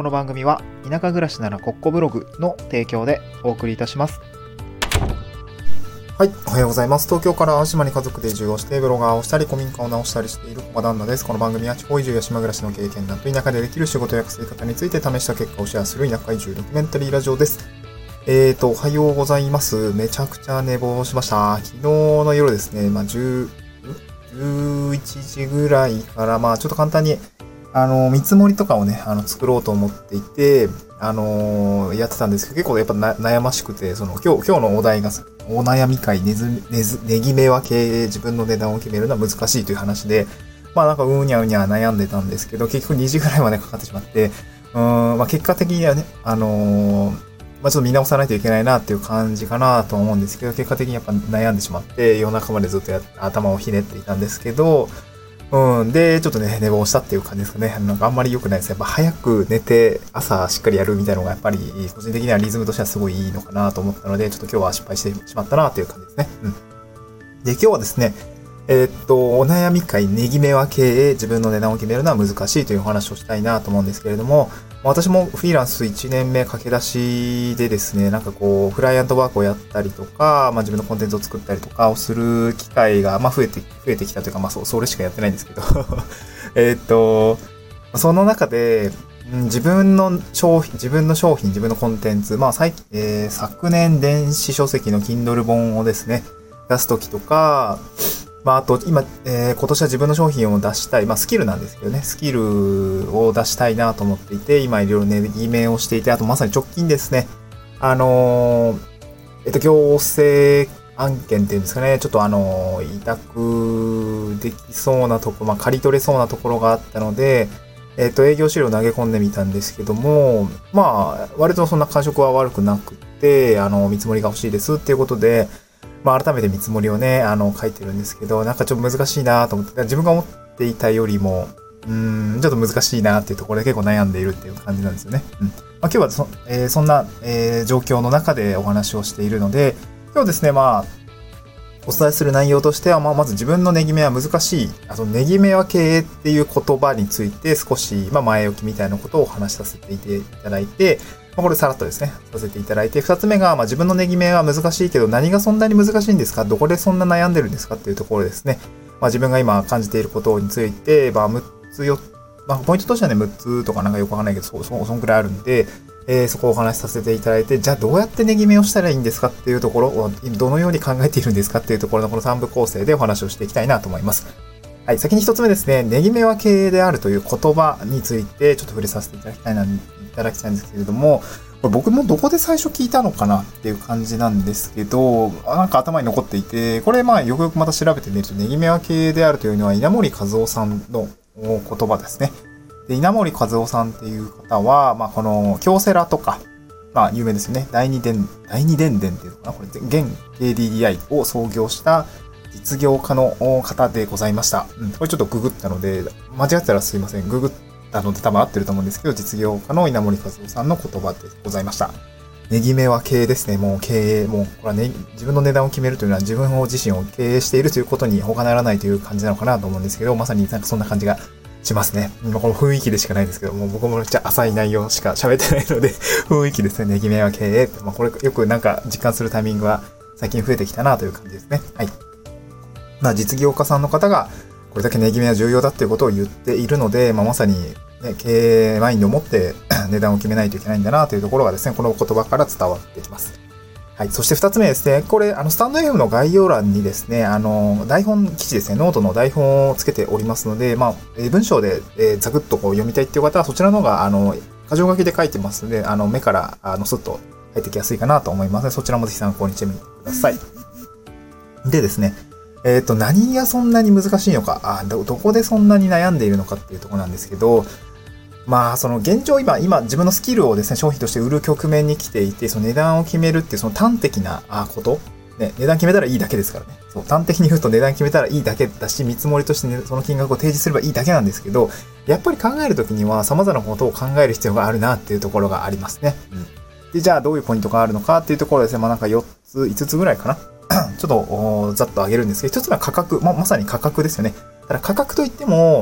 の番組は田舎暮らしならコッコブログの提供でお送りいたします。はい、おはようございます。東京から淡島に家族で移住をしてブロガーをしたり古民家を直したりしている小場旦那です。この番組は地方移住や島暮らしの経験談と田舎でできる仕事や稼ぎ方について試した結果をシェアする田舎移住ドキュメンタリーラジオです。おはようございます。めちゃくちゃ寝坊しました。昨日の夜ですね、11時ぐらいから、ちょっと簡単に見積もりとかをね、作ろうと思っていて、やってたんですけど、結構やっぱ悩ましくて、今日のお題が、お悩み会、ネギ目分け、自分の値段を決めるのは難しいという話で、うにゃうにゃ悩んでたんですけど、結局2時ぐらいまでかかってしまって、結果的にはね、ちょっと見直さないといけないなっていう感じかなと思うんですけど、結果的にやっぱ悩んでしまって、夜中までずっと頭をひねっていたんですけど、で、ちょっとね、寝坊したっていう感じですかね。あんまり良くないです。やっぱ早く寝て、朝しっかりやるみたいなのがやっぱり、個人的にはリズムとしてはすごいいいのかなと思ったので、ちょっと今日は失敗してしまったなっていう感じですね。で、今日はですね、お悩み会ネギ目分け自分の値段を決めるのは難しいというお話をしたいなと思うんですけれども、私もフリーランス1年目駆け出しでですね、クライアントワークをやったりとか、自分のコンテンツを作ったりとかをする機会が、増えてきたというか、それしかやってないんですけど、その中で、自分の商品、自分のコンテンツ、昨年電子書籍の Kindle 本をですね、出すときとか、あと、今年は自分の商品を出したい。スキルなんですけどね。スキルを出したいなと思っていて、今いろいろ値決めをしていて、あとまさに直近ですね。行政案件っていうんですかね。ちょっと委託できそうなところ、借り取れそうなところがあったので、営業資料を投げ込んでみたんですけども、割とそんな感触は悪くなくて、見積もりが欲しいですっていうことで、改めて見積もりをね、書いてるんですけど、ちょっと難しいなと思って、自分が思っていたよりも、ちょっと難しいなっていうところで結構悩んでいるっていう感じなんですよね。今日はそんな、状況の中でお話をしているので、今日ですね、お伝えする内容としては、まず自分の値決めは難しい、値決めは経営っていう言葉について少し、前置きみたいなことをお話しさせていただいて、これさらっとですね、させていただいて、二つ目が、自分の値決めは難しいけど、何がそんなに難しいんですか？どこでそんな悩んでるんですかっていうところですね。自分が今感じていることについて、6つポイントとしてはね、6つとかよくわかんないけど、そんくらいあるんで、そこをお話しさせていただいて、じゃあどうやって値決めをしたらいいんですかっていうところを、どのように考えているんですかっていうところのこの3部構成でお話をしていきたいなと思います。はい、先に一つ目ですね、値決めは経営であるという言葉についてちょっと触れさせていただきたいんですけれども、これ僕もどこで最初聞いたのかなっていう感じなんですけど、頭に残っていて、これよくよくまた調べてみると、値決めは経営であるというのは稲森和夫さんの言葉ですね。で、稲森和夫さんっていう方は、この京セラとか、有名ですよね。第二電電っていうのかな、これ現 KDDI を創業した実業家の方でございました。これちょっとググったので、間違ってたらすいません。ググったので多分合ってると思うんですけど、実業家の稲森和夫さんの言葉でございました。値決めは経営ですね。もう経営、これはね、自分の値段を決めるというのは自分自身を経営しているということに他ならないという感じなのかなと思うんですけど、まさにそんな感じがしますね。この雰囲気でしかないんですけど、もう僕もめっちゃ浅い内容しか喋ってないので、雰囲気ですね。値決めは経営。これよく実感するタイミングは最近増えてきたなという感じですね。はい。実業家さんの方がこれだけ値決めは重要だっていうことを言っているので、まさに、ね、経営マインドを持って値段を決めないといけないんだなというところがですね、この言葉から伝わってきます。はい。そして二つ目ですね。これ、スタンド FM の概要欄にですね、台本記事ですね、ノートの台本をつけておりますので、文章で、ざくっと読みたいっていう方は、そちらの方が、箇条書きで書いてますので、目から、スッと入ってきやすいかなと思いますので、そちらもぜひ参考にしてみてください。でですね、何がそんなに難しいのか、どこでそんなに悩んでいるのかっていうところなんですけど、その現状今自分のスキルをですね、商品として売る局面に来ていて、その値段を決めるっていうその端的なこと、ね、値段決めたらいいだけですからね。そう、端的に言うと値段決めたらいいだけだし、見積もりとして、ね、その金額を提示すればいいだけなんですけど、やっぱり考えるときには様々なことを考える必要があるなっていうところがありますね。で、じゃあどういうポイントがあるのかっていうところですね、4つ、5つぐらいかな。ちょっとざっと上げるんですけど、一つは価格、まさに価格ですよね。ただ価格といっても、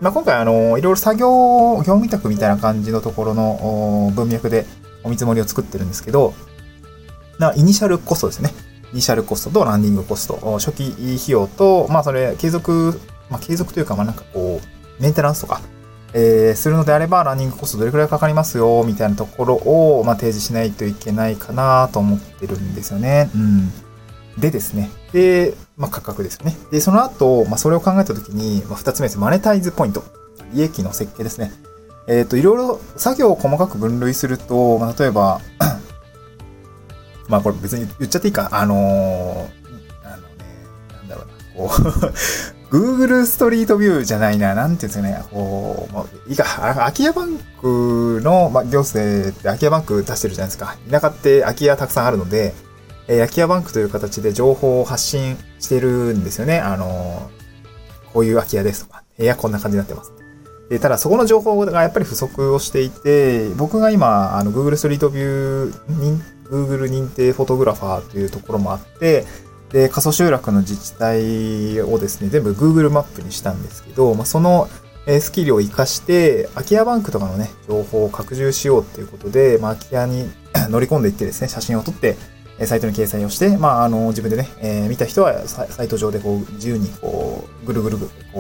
今回いろいろ業務委託みたいな感じのところの文脈でお見積もりを作ってるんですけど、イニシャルコストですね。イニシャルコストとランディングコスト、初期費用と、それ継続というか、メンテナンスとか、するのであれば、ランニングコストどれくらいかかりますよ、みたいなところを、提示しないといけないかなと思ってるんですよね。でですね。で、価格ですよね。で、その後、それを考えたときに、二つ目です。マネタイズポイント。利益の設計ですね。いろいろ作業を細かく分類すると、例えば、これ別に言っちゃっていいか、Google ストリートビューじゃないな、なんていうんですかね、いいか、空き家バンクの、行政って空き家バンク出してるじゃないですか。田舎って空き家たくさんあるので、空き家バンクという形で情報を発信してるんですよね。こういう空き家ですとか、部屋こんな感じになってます。ただそこの情報がやっぱり不足をしていて、僕が今、Google ストリートビュー、Google 認定フォトグラファーというところもあって、で、過疎集落の自治体をですね、全部 Google マップにしたんですけど、そのスキルを活かして、空き家バンクとかのね、情報を拡充しようということで、空き家に乗り込んでいってですね、写真を撮って、サイトに掲載をして、自分でね、見た人はサイト上で自由にぐるぐる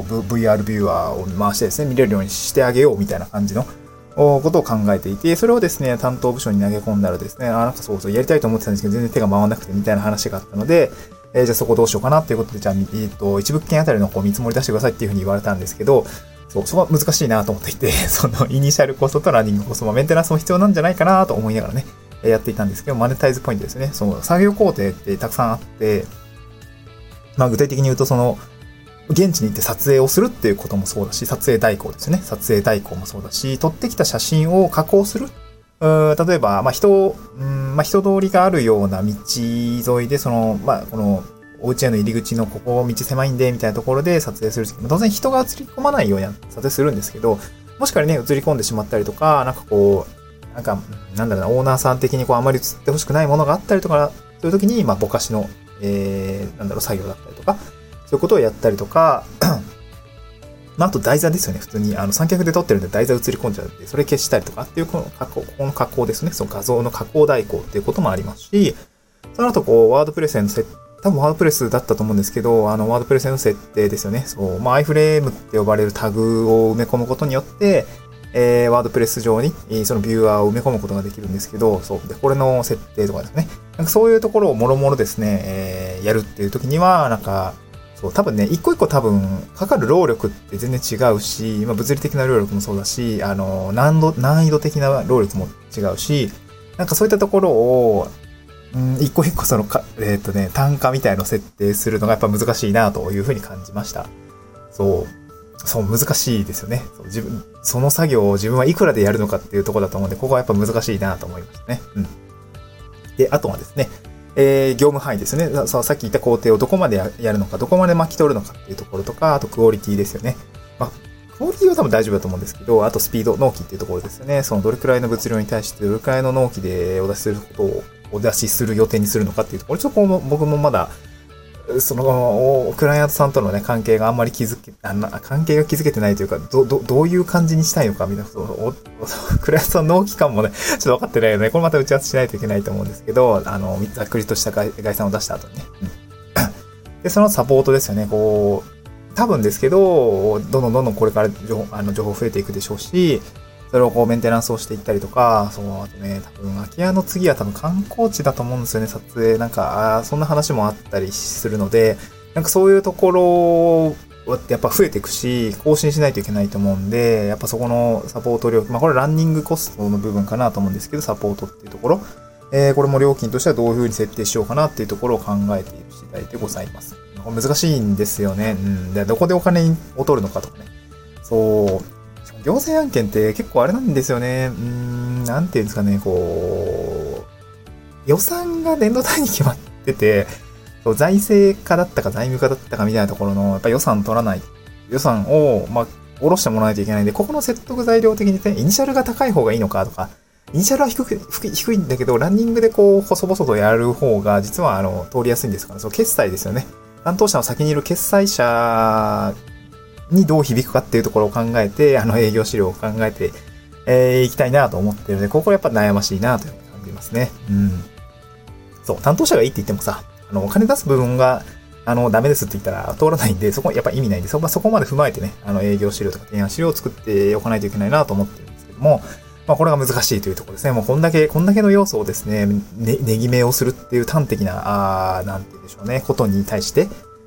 VR ビューアーを回してですね、見れるようにしてあげようみたいな感じのことを考えていて、それをですね、担当部署に投げ込んだらですね、そうやりたいと思ってたんですけど、全然手が回らなくてみたいな話があったので、じゃあそこどうしようかなっていうことで、じゃあ、1物件あたりの見積もり出してくださいっていうふうに言われたんですけど、そこは難しいなと思っていて、そのイニシャルコストとランニングコスト、メンテナンスも必要なんじゃないかなと思いながらね、やっていたんですけど、マネタイズポイントですね。その作業工程ってたくさんあって、具体的に言うと現地に行って撮影をするっていうこともそうだし、撮影代行ですね。撮影代行もそうだし、撮ってきた写真を加工する。例えば、人通りがあるような道沿いで、この、お家への入り口のここ道狭いんで、みたいなところで撮影するときも、当然人が映り込まないように撮影するんですけど、もし仮にね、映り込んでしまったりとか、オーナーさん的にあまり映ってほしくないものがあったりとか、そういうときに、ぼかしの、作業だったりとか、そういうことをやったりとか、あと台座ですよね。普通に三脚で撮ってるんで台座映り込んじゃうんで、それ消したりとかっていうこの加工ですね。その画像の加工代行っていうこともありますし、その後ワードプレスへの多分ワードプレスだったと思うんですけど、ワードプレスへの設定ですよね。アイフレームって呼ばれるタグを埋め込むことによって、ワードプレス上にそのビューアーを埋め込むことができるんですけど、で、これの設定とかですね。そういうところをもろもろですね、やるっていう時には、多分ね、一個一個かかる労力って全然違うし、物理的な労力もそうだし、難易度的な労力も違うし、そういったところを、一個一個単価みたいのを設定するのがやっぱ難しいなというふうに感じました。難しいですよね。その作業を自分はいくらでやるのかっていうところだと思うんで、ここはやっぱ難しいなと思いましたね。で、あとはですね、業務範囲ですね。さっき言った工程をどこまでやるのか、どこまで巻き取るのかっていうところとか、あとクオリティですよね。クオリティは多分大丈夫だと思うんですけど、あとスピード、納期っていうところですよね。どれくらいの物量に対してどれくらいの納期でお出しする予定にするのかっていうところ、ちょっと僕もまだ、クライアントさんとのね、関係が築けてないというか、どういう感じにしたいのか、みたいなことを、クライアントさんの納期間もね、ちょっと分かってないよね。これまた打ち合わせしないといけないと思うんですけど、ざっくりとした概算を出した後にね。で、そのサポートですよね。多分ですけど、どんどんこれから情報増えていくでしょうし、それをメンテナンスをしていったりとか、あとね、多分空き家の次は多分観光地だと思うんですよね、撮影。そんな話もあったりするので、そういうところってやっぱ増えていくし、更新しないといけないと思うんで、やっぱそこのサポート料金、これランニングコストの部分かなと思うんですけど、サポートっていうところ、これも料金としてはどういう風に設定しようかなっていうところを考えている次第でございます。難しいんですよね。で、どこでお金を取るのかとかね。行政案件って結構あれなんですよね。なんていうんですかね、予算が年度単位に決まってて、財政課だったか財務課だったかみたいなところの、やっぱ予算を、下ろしてもらわないといけないんで、ここの説得材料的にね、イニシャルが高い方がいいのかとか、イニシャルは低いんだけど、ランニングで細々とやる方が、実は通りやすいんですから、決済ですよね。担当者の先にいる決済者にどう響くかっていうところを考えて、営業資料を考えて、いきたいなと思ってるので、ここやっぱ悩ましいなというふうに感じますね。うん。そう、担当者がいいって言ってもさ、お金出す部分が、ダメですって言ったら通らないんで、そこやっぱ意味ないんで、そこまで踏まえてね、営業資料とか提案資料を作っておかないといけないなと思ってるんですけども、まあこれが難しいというところですね。もうこんだけの要素をですね、ねぎ目をするっていう端的な、なんて言うんでしょうね、ことに対して、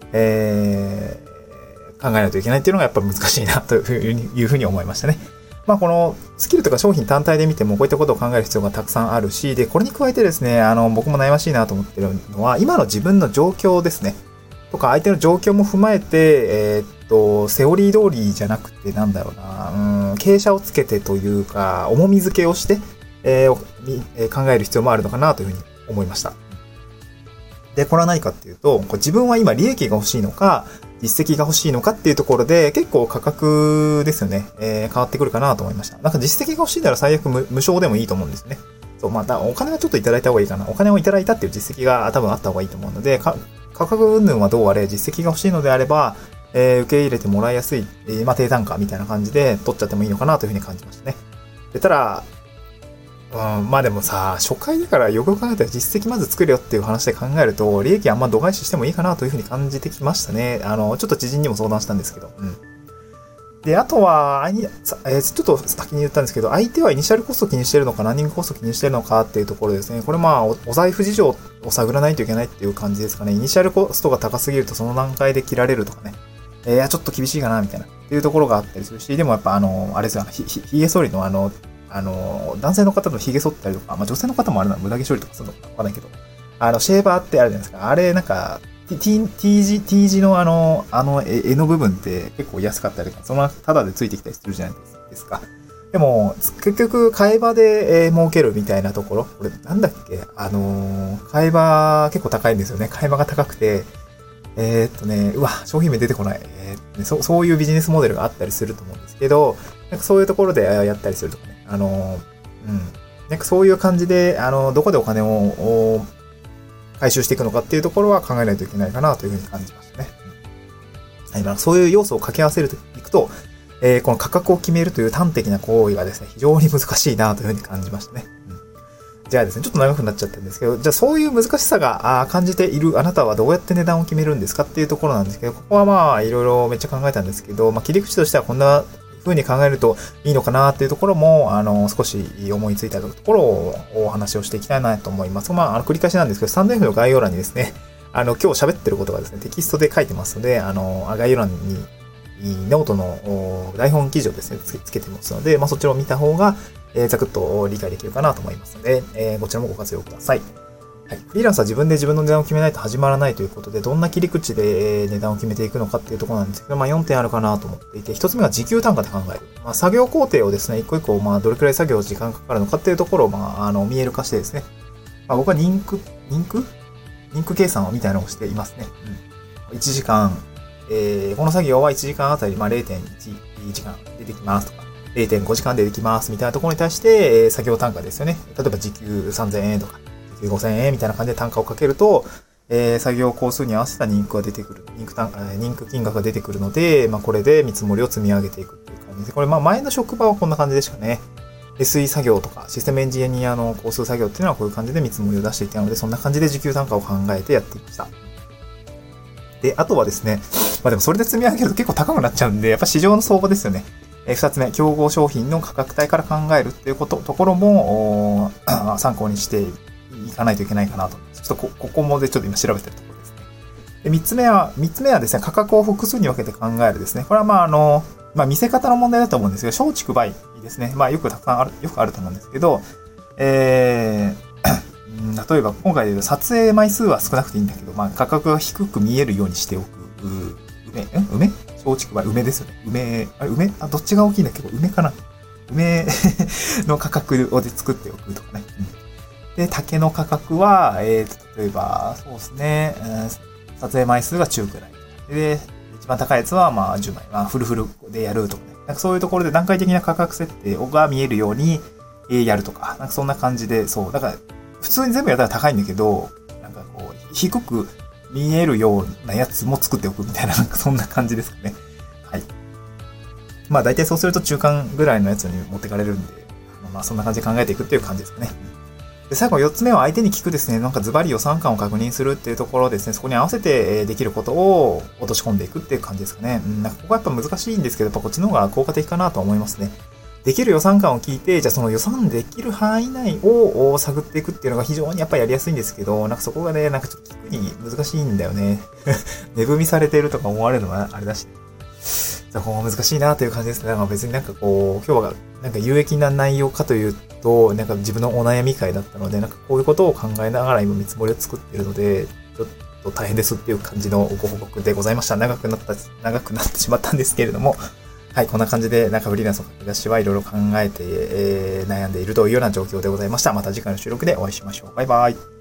考えないといけないっていうのがやっぱり難しいなというふうに思いましたね。まあこのスキルとか商品単体で見てもこういったことを考える必要がたくさんあるし、で、これに加えてですね、僕も悩ましいなと思ってるのは、今の自分の状況ですね。とか相手の状況も踏まえて、セオリー通りじゃなくて、なんだろうな、傾斜をつけてというか、重み付けをして、考える必要もあるのかなというふうに思いました。で、これは何かっていうと、自分は今利益が欲しいのか、実績が欲しいのかっていうところで、結構価格ですよね、変わってくるかなと思いました。なんか実績が欲しいなら最悪無償でもいいと思うんですよね。そう、まあ、お金はちょっといただいた方がいいかな。お金をいただいたっていう実績が多分あった方がいいと思うので、価格云々はどうあれ、実績が欲しいのであれば、受け入れてもらいやすい、まあ、低単価みたいな感じで取っちゃってもいいのかなというふうに感じましたね。で、ただ、まあでもさ、初回だからよく考えたら実績まず作るよっていう話で考えると、利益あんま度外視してもいいかなというふうに感じてきましたね。ちょっと知人にも相談したんですけど。うん。で、あとは、ちょっと先に言ったんですけど、相手はイニシャルコスト気にしてるのか、ランニングコスト気にしてるのかっていうところですね。これまあ、お財布事情を探らないといけないっていう感じですかね。イニシャルコストが高すぎるとその段階で切られるとかね。ちょっと厳しいかな、みたいな。っていうところがあったりするし、でもやっぱあれですよ、髭剃りの男性の方の髭剃ったりとか、まあ女性の方もあれなの、無駄毛処理とかするのかわかんないけど、シェーバーってあるじゃないですか。あれ、なんか、T 字の絵の部分って結構安かったりとか、そのタダでついてきたりするじゃないですか。でも、結局、替え場で、儲けるみたいなところ、これなんだっけ替え場結構高いんですよね。替え場が高くて、うわ、商品名出てこない。そういうビジネスモデルがあったりすると思うんですけど、なんかそういうところでやったりするとかね。なんかそういう感じで、どこでお金を回収していくのかっていうところは考えないといけないかなというふうに感じましたね。そういう要素を掛け合わせるといくと、この価格を決めるという端的な行為がですね、非常に難しいなというふうに感じましたね。じゃあですね、ちょっと長くなっちゃったんですけど、じゃあそういう難しさが感じているあなたはどうやって値段を決めるんですかっていうところなんですけど、ここはまあいろいろめっちゃ考えたんですけど、まあ切り口としてはこんな風に考えるといいのかなっていうところも、少し思いついたところをお話をしていきたいなと思います。まあ、繰り返しなんですけど、スタンド F の概要欄にですね、今日喋ってることがですね、テキストで書いてますので、概要欄にノートの台本記事をですね、つけてますので、まあそちらを見た方が、ざくっと理解できるかなと思いますので、こちらもご活用ください。はい。フリーランスは自分で自分の値段を決めないと始まらないということで、どんな切り口で値段を決めていくのかっていうところなんですけど、まあ4点あるかなと思っていて、1つ目が時給単価で考える。まあ作業工程をですね、一個一個、まあどれくらい作業時間かかるのかっていうところを、まあ見える化してですね、まあ僕はリンク計算みたいなのをしていますね。1時間、この作業は1時間あたり、まあ 0.1 時間出てきますとか、0.5 時間でできますみたいなところに対して、作業単価ですよね。例えば時給3000円とか、時給5000円みたいな感じで単価をかけると、作業工数に合わせた人気が出てくる、人気金額が出てくるので、まあこれで見積もりを積み上げていくっていう感じで、これまあ前の職場はこんな感じでしたね。SE 作業とかシステムエンジニアの工数作業っていうのはこういう感じで見積もりを出していたので、そんな感じで時給単価を考えてやっていました。で、あとはですね、まあでもそれで積み上げると結構高くなっちゃうんで、やっぱ市場の相場ですよね。二つ目、競合商品の価格帯から考えるっていうところも、参考にしていかないといけないかなと。ちょっとここもでちょっと今調べてるところですね。で、三つ目はですね、価格を複数に分けて考えるですね。これはまあ見せ方の問題だと思うんですけど、松竹梅ですね。まあよくあると思うんですけど、例えば今回で言うと撮影枚数は少なくていいんだけど、まあ価格が低く見えるようにしておく。梅松竹梅、梅ですよね。梅どっちが大きいんだっけど、梅かな梅の価格を作っておくとかね。で、竹の価格は、例えば、そうですね、撮影枚数が中くらい。で、一番高いやつは、まあ、10枚。まあ、フルでやるとかね。なんかそういうところで段階的な価格設定が見えるように、やるとか。なんかそんな感じで、そう。だから、普通に全部やったら高いんだけど、なんかこう、低く見えるようなやつも作っておくみたいな、なんかそんな感じですかね。はい。 まあ大体そうすると中間ぐらいのやつに持ってかれるんで、まあそんな感じで考えていくっていう感じですかね。で、最後4つ目は相手に聞くですね。なんかズバリ予算感を確認するっていうところですね。そこに合わせてできることを落とし込んでいくっていう感じですかね。なんかここはやっぱ難しいんですけど、やっぱこっちの方が効果的かなと思いますね。できる予算感を聞いて、じゃあその予算できる範囲内を探っていくっていうのが非常にやっぱりやりやすいんですけど、なんかそこがね、なんかちょっと聞くに難しいんだよね。値踏みされてるとか思われるのはあれだし。そこも難しいなという感じですね。だから別になんかこう、今日はなんか有益な内容かというと、なんか自分のお悩み会だったので、なんかこういうことを考えながら今見積もりを作っているので、ちょっと大変ですっていう感じのご報告でございました。長くなってしまったんですけれども、はい、こんな感じで、なんかフリーランスの駆け出しはいろいろ考えて、悩んでいるというような状況でございました。また次回の収録でお会いしましょう。バイバイ。